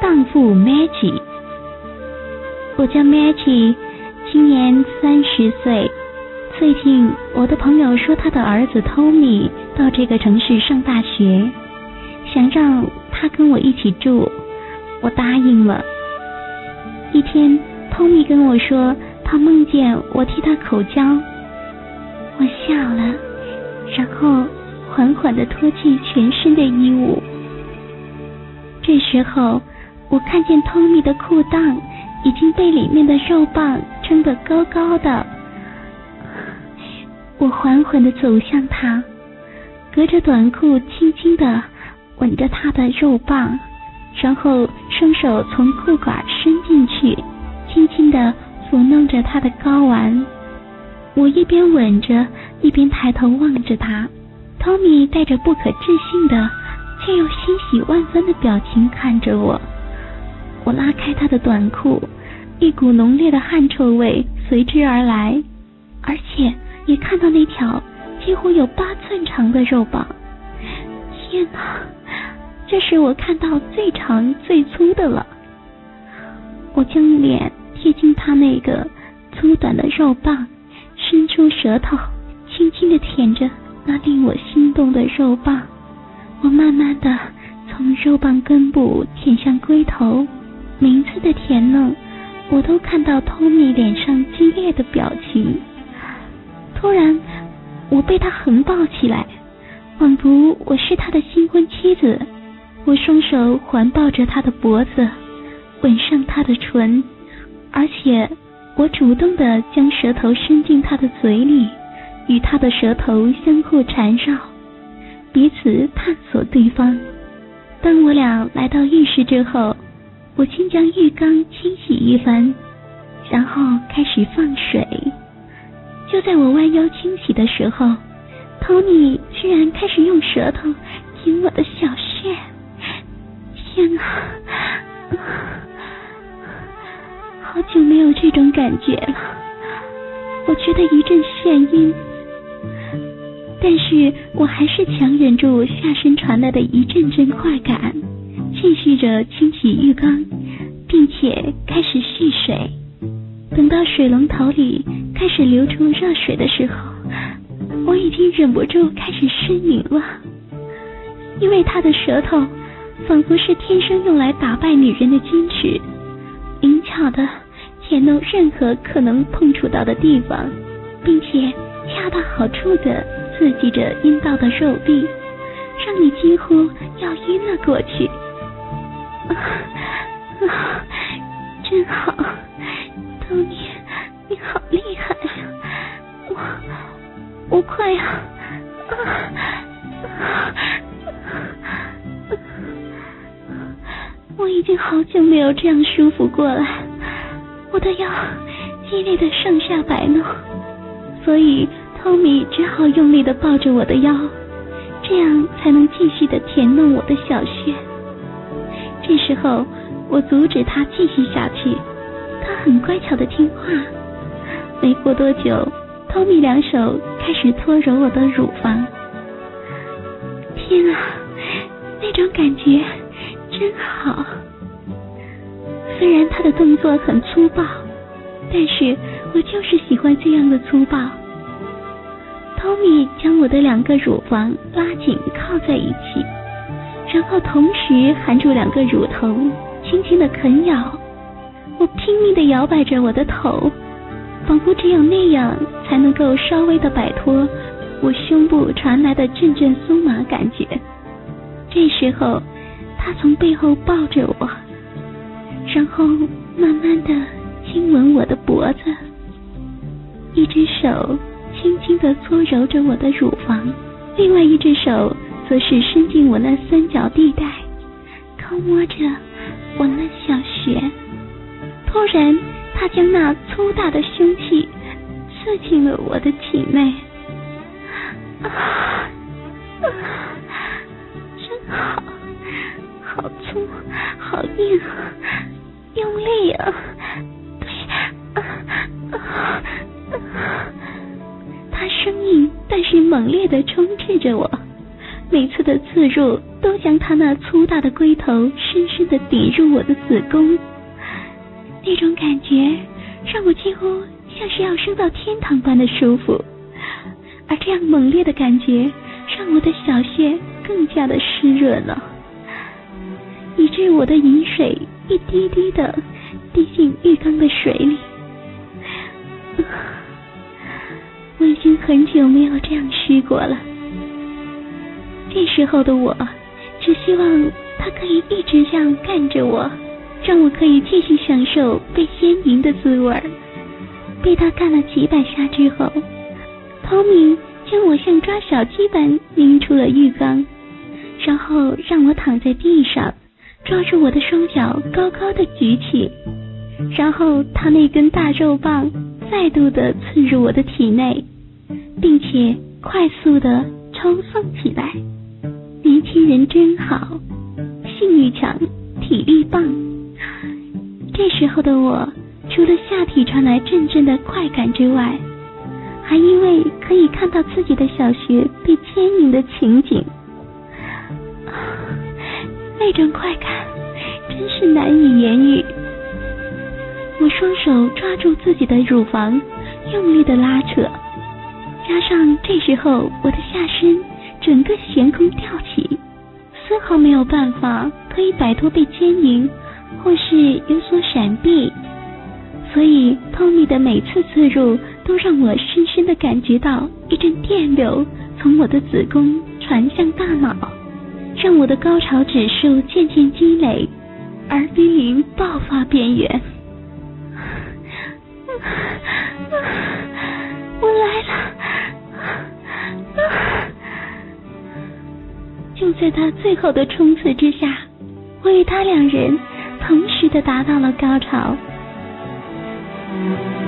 荡妇 Maggie。 我叫 Maggie， 今年30岁。最近我的朋友说他的儿子 Tommy 到这个城市上大学，想让他跟我一起住，我答应了。一天 Tommy 跟我说他梦见我替他口交，我笑了，然后缓缓地脱去全身的衣物。这时候我看见 Tommy 的裤裆已经被里面的肉棒撑得高高的。我缓缓地走向他，隔着短裤轻轻地吻着他的肉棒，然后双手从裤管伸进去，轻轻地抚弄着他的睾丸。我一边吻着，一边抬头望着他。 Tommy 带着不可置信的却又欣喜万分的表情看着我。我拉开他的短裤，一股浓烈的汗臭味随之而来，而且也看到那条几乎有8寸长的肉棒。天哪，这是我看到最长最粗的了。我将脸贴近他那个粗短的肉棒，伸出舌头轻轻地舔着那令我心动的肉棒。我慢慢地从肉棒根部舔向龟头，每一次的舔弄我都看到 Tommy 脸上激烈的表情。突然我被他横抱起来，仿佛我是他的新婚妻子。我双手环抱着他的脖子，吻上他的唇，而且我主动地将舌头伸进他的嘴里，与他的舌头相互缠绕，彼此探索对方。当我俩来到浴室之后，我先将浴缸清洗一番，然后开始放水。就在我弯腰清洗的时候， Tommy 居然开始用舌头舔我的小穴。天啊，好久没有这种感觉了，我觉得一阵眩晕，但是我还是强忍住下身传来的一阵阵快感，继续着清洗浴缸，并且开始蓄水。等到水龙头里开始流出热水的时候，我已经忍不住开始呻吟了，因为他的舌头仿佛是天生用来打败女人的矜持，灵巧的舔弄任何可能碰触到的地方，并且恰到好处的刺激着阴道的肉壁，让你几乎要晕了过去。真好，Tommy，你好厉害呀！我快要……我已经好久没有这样舒服过了，我的腰激烈的上下摆弄，所以 Tommy 只好用力的抱着我的腰，这样才能继续的舔弄我的小穴。这时候我阻止他继续下去，他很乖巧的听话。没过多久， Tommy 两手开始搓揉我的乳房。天啊，那种感觉真好。虽然他的动作很粗暴，但是我就是喜欢这样的粗暴。Tommy 将我的2个乳房拉紧靠在一起，然后同时含住2个乳头，轻轻地啃咬。我拼命地摇摆着我的头，仿佛只有那样才能够稍微地摆脱我胸部传来的阵阵酥麻感觉。这时候他从背后抱着我，然后慢慢地亲吻我的脖子，一只手轻轻地搓揉着我的乳房，另外一只手则是伸进我那三角地带，抠摸着我那小穴。突然他将那粗大的凶器刺进了我的体内。真好，好粗好硬，用力啊！对，他生硬但是猛烈地充斥着我， 每次的刺入都将他那粗大的龟头深深地顶入我的子宫，那种感觉让我几乎像是要升到天堂般的舒服，而这样猛烈的感觉让我的小穴更加的湿润了，以致我的饮水一滴滴的滴进浴缸的水里。我已经很久没有这样湿过了。这时候的我只希望他可以一直这样干着我，让我可以继续享受被鲜淫的滋味。被他干了几百下之后，汤米将我像抓小鸡般拎出了浴缸，然后让我躺在地上，抓住我的双脚高高的举起，然后他那根大肉棒再度的刺入我的体内，并且快速的抽送起来。年轻人真好，性欲强，体力棒。这时候的我除了下体传来阵阵的快感之外，还因为可以看到自己的小穴被牵引的情景，那种快感真是难以言喻。我双手抓住自己的乳房，用力的拉扯，加上这时候我的下身整个悬空吊起，丝毫没有办法可以摆脱被牵引或是有所闪避，所以Tommy的每次刺入都让我深深地感觉到一阵电流从我的子宫传向大脑，让我的高潮指数渐渐积累，而濒临爆发边缘。我来了！就在他最后的冲刺之下，我与他两人同时的达到了高潮。